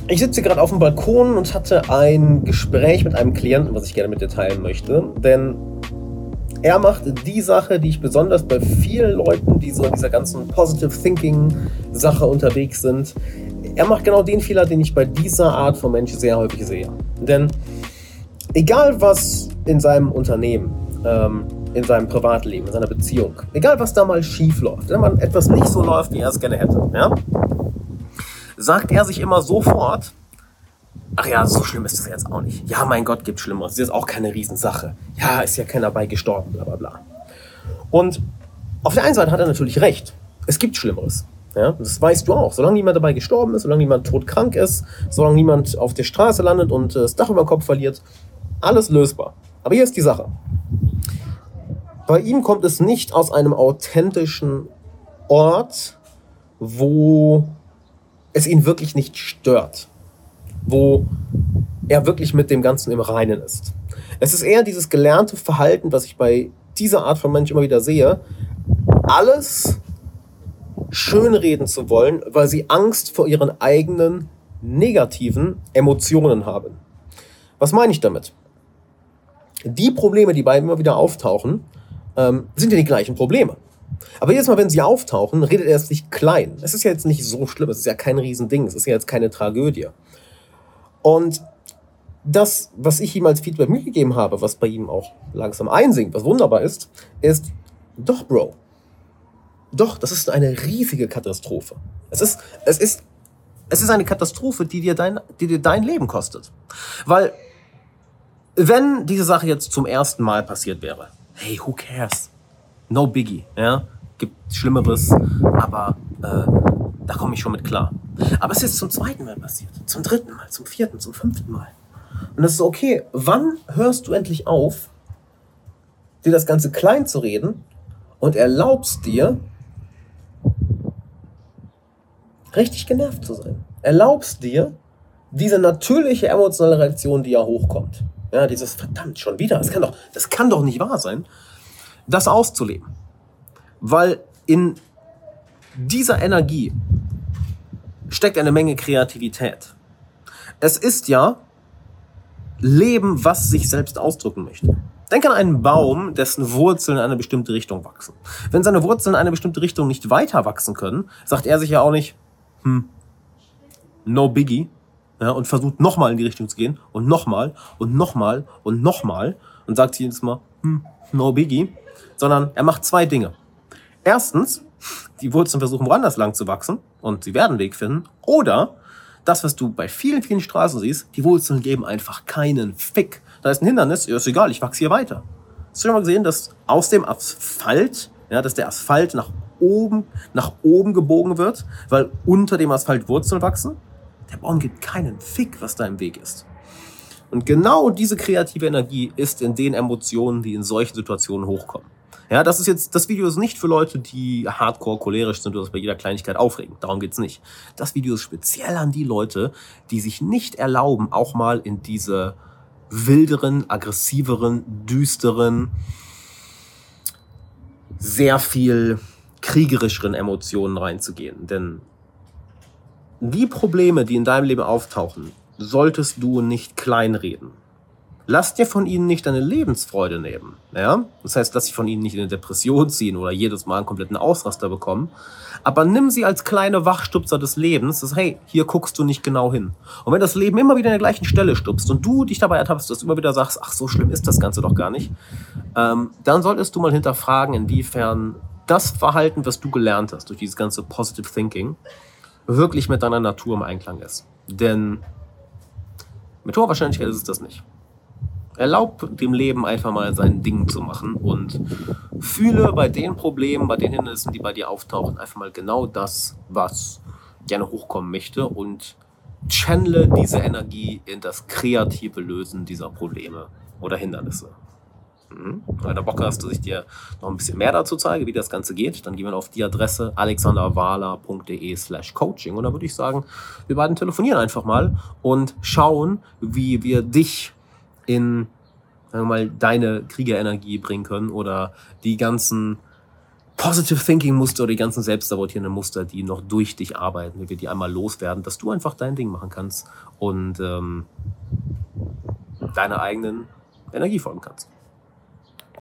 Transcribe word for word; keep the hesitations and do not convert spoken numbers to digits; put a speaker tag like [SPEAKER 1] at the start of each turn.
[SPEAKER 1] Ich sitze gerade auf dem Balkon und hatte ein Gespräch mit einem Klienten, was ich gerne mit dir teilen möchte. Denn er macht die Sache, die ich besonders bei vielen Leuten, die so in dieser ganzen Positive Thinking Sache unterwegs sind, er macht genau den Fehler, den ich bei dieser Art von Mensch sehr häufig sehe. Denn egal was in seinem Unternehmen, ähm, in seinem Privatleben, in seiner Beziehung, egal was da mal schief läuft, wenn man etwas nicht so läuft, wie er es gerne hätte, ja, sagt er sich immer sofort, ach ja, so schlimm ist es jetzt auch nicht. Ja, mein Gott, gibt Schlimmeres. Das ist jetzt auch keine Riesensache. Ja, ist ja keiner bei gestorben, bla bla bla. Und auf der einen Seite hat er natürlich recht. Es gibt Schlimmeres. Ja, das weißt du auch. Solange niemand dabei gestorben ist, solange niemand todkrank ist, solange niemand auf der Straße landet und das Dach über den Kopf verliert, alles lösbar. Aber hier ist die Sache. Bei ihm kommt es nicht aus einem authentischen Ort, wo es ihn wirklich nicht stört, wo er wirklich mit dem Ganzen im Reinen ist. Es ist eher dieses gelernte Verhalten, was ich bei dieser Art von Mensch immer wieder sehe, alles schönreden zu wollen, weil sie Angst vor ihren eigenen negativen Emotionen haben. Was meine ich damit? Die Probleme, die bei ihm immer wieder auftauchen, ähm, sind ja die gleichen Probleme. Aber jedes Mal, wenn sie auftauchen, redet er es nicht klein. Es ist ja jetzt nicht so schlimm, es ist ja kein Riesending, es ist ja jetzt keine Tragödie. Und das, was ich ihm als Feedback mitgegeben habe, was bei ihm auch langsam einsinkt, was wunderbar ist, ist, doch, Bro, doch, das ist eine riesige Katastrophe. Es ist, es ist, es ist eine Katastrophe, die dir dein, die dir dein Leben kostet. Weil, wenn diese Sache jetzt zum ersten Mal passiert wäre, hey, who cares? No biggie, ja, gibt Schlimmeres, aber äh, da komme ich schon mit klar. Aber es ist zum zweiten Mal passiert, zum dritten Mal, zum vierten, zum fünften Mal. Und das ist okay. Wann hörst du endlich auf, dir das Ganze klein zu reden und erlaubst dir, richtig genervt zu sein? Erlaubst dir diese natürliche emotionale Reaktion, die ja hochkommt. Ja, dieses verdammt schon wieder, das kann doch, das kann doch nicht wahr sein, das auszuleben. Weil in dieser Energie steckt eine Menge Kreativität. Es ist ja Leben, was sich selbst ausdrücken möchte. Denk an einen Baum, dessen Wurzeln in eine bestimmte Richtung wachsen. Wenn seine Wurzeln in eine bestimmte Richtung nicht weiter wachsen können, sagt er sich ja auch nicht, hm, no biggie, ja, und versucht nochmal in die Richtung zu gehen und nochmal und nochmal und nochmal und sagt jedes Mal, hm, no biggie, sondern er macht zwei Dinge. Erstens, die Wurzeln versuchen woanders lang zu wachsen und sie werden einen Weg finden. Oder das, was du bei vielen, vielen Straßen siehst, die Wurzeln geben einfach keinen Fick. Da ist ein Hindernis, ja, ist egal, ich wachse hier weiter. Hast du schon mal gesehen, dass aus dem Asphalt, ja, dass der Asphalt nach oben, nach oben gebogen wird, weil unter dem Asphalt Wurzeln wachsen? Der Baum gibt keinen Fick, was da im Weg ist. Und genau diese kreative Energie ist in den Emotionen, die in solchen Situationen hochkommen. Ja, das ist jetzt, das Video ist nicht für Leute, die hardcore cholerisch sind oder sich bei jeder Kleinigkeit aufregen. Darum geht's nicht. Das Video ist speziell an die Leute, die sich nicht erlauben, auch mal in diese wilderen, aggressiveren, düsteren, sehr viel kriegerischeren Emotionen reinzugehen. Denn die Probleme, die in deinem Leben auftauchen, solltest du nicht kleinreden. Lass dir von ihnen nicht deine Lebensfreude nehmen. Ja? Das heißt, lass dich von ihnen nicht in eine Depression ziehen oder jedes Mal einen kompletten Ausraster bekommen. Aber nimm sie als kleine Wachstupser des Lebens. Das, hey, hier guckst du nicht genau hin. Und wenn das Leben immer wieder an der gleichen Stelle stupst und du dich dabei ertappst, dass du immer wieder sagst, ach, so schlimm ist das Ganze doch gar nicht, ähm, dann solltest du mal hinterfragen, inwiefern das Verhalten, was du gelernt hast durch dieses ganze Positive Thinking, wirklich mit deiner Natur im Einklang ist. Denn mit hoher Wahrscheinlichkeit ist es das nicht. Erlaub dem Leben einfach mal sein Ding zu machen und fühle bei den Problemen, bei den Hindernissen, die bei dir auftauchen, einfach mal genau das, was gerne hochkommen möchte und channele diese Energie in das kreative Lösen dieser Probleme oder Hindernisse. Mhm. Wenn du Bock hast, dass ich dir noch ein bisschen mehr dazu zeige, wie das Ganze geht, dann gehen wir auf die Adresse alexanderwahler punkt de slash coaching und da würde ich sagen, wir beiden telefonieren einfach mal und schauen, wie wir dich in, sagen wir mal, deine Kriegerenergie bringen können oder die ganzen Positive Thinking Muster oder die ganzen selbstsabotierenden Muster, die noch durch dich arbeiten, wie wir die einmal loswerden, dass du einfach dein Ding machen kannst und ähm, deiner eigenen Energie folgen kannst.